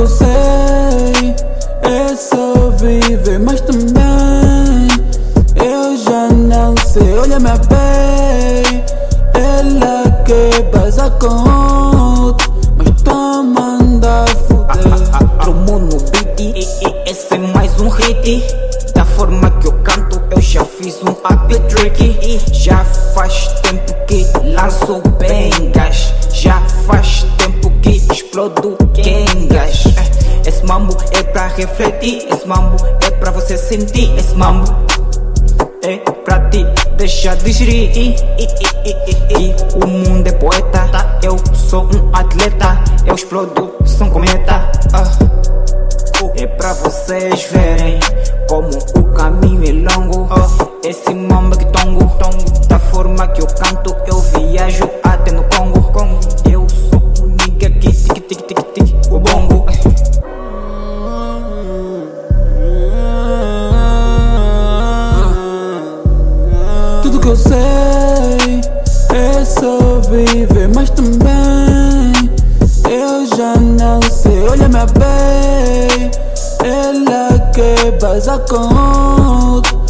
eu sei é só viver, mas também eu já não sei. Olha minha bem, ela quer bazar com outro, mas tá manda fuder. Tromou no beat, esse é mais um hit. Da forma que eu canto, eu já fiz um up trick. Já faz tempo que lanço bengas, já faz tempo que explodo quengas. Esse mambo é pra refletir, esse mambo é pra você sentir, esse mambo é pra te deixar digerir. E o mundo é poeta, eu sou um atleta, eu explodo, sou um cometa. É pra vocês verem como o caminho é longo. Esse mambo que tongo, da forma que eu canto, eu viajo até no Congo. Eu sou um nigga que tic o bongo. Tudo que eu sei é só viver, mas também eu já não sei. Olha minha bem, ela quer bazar com outro,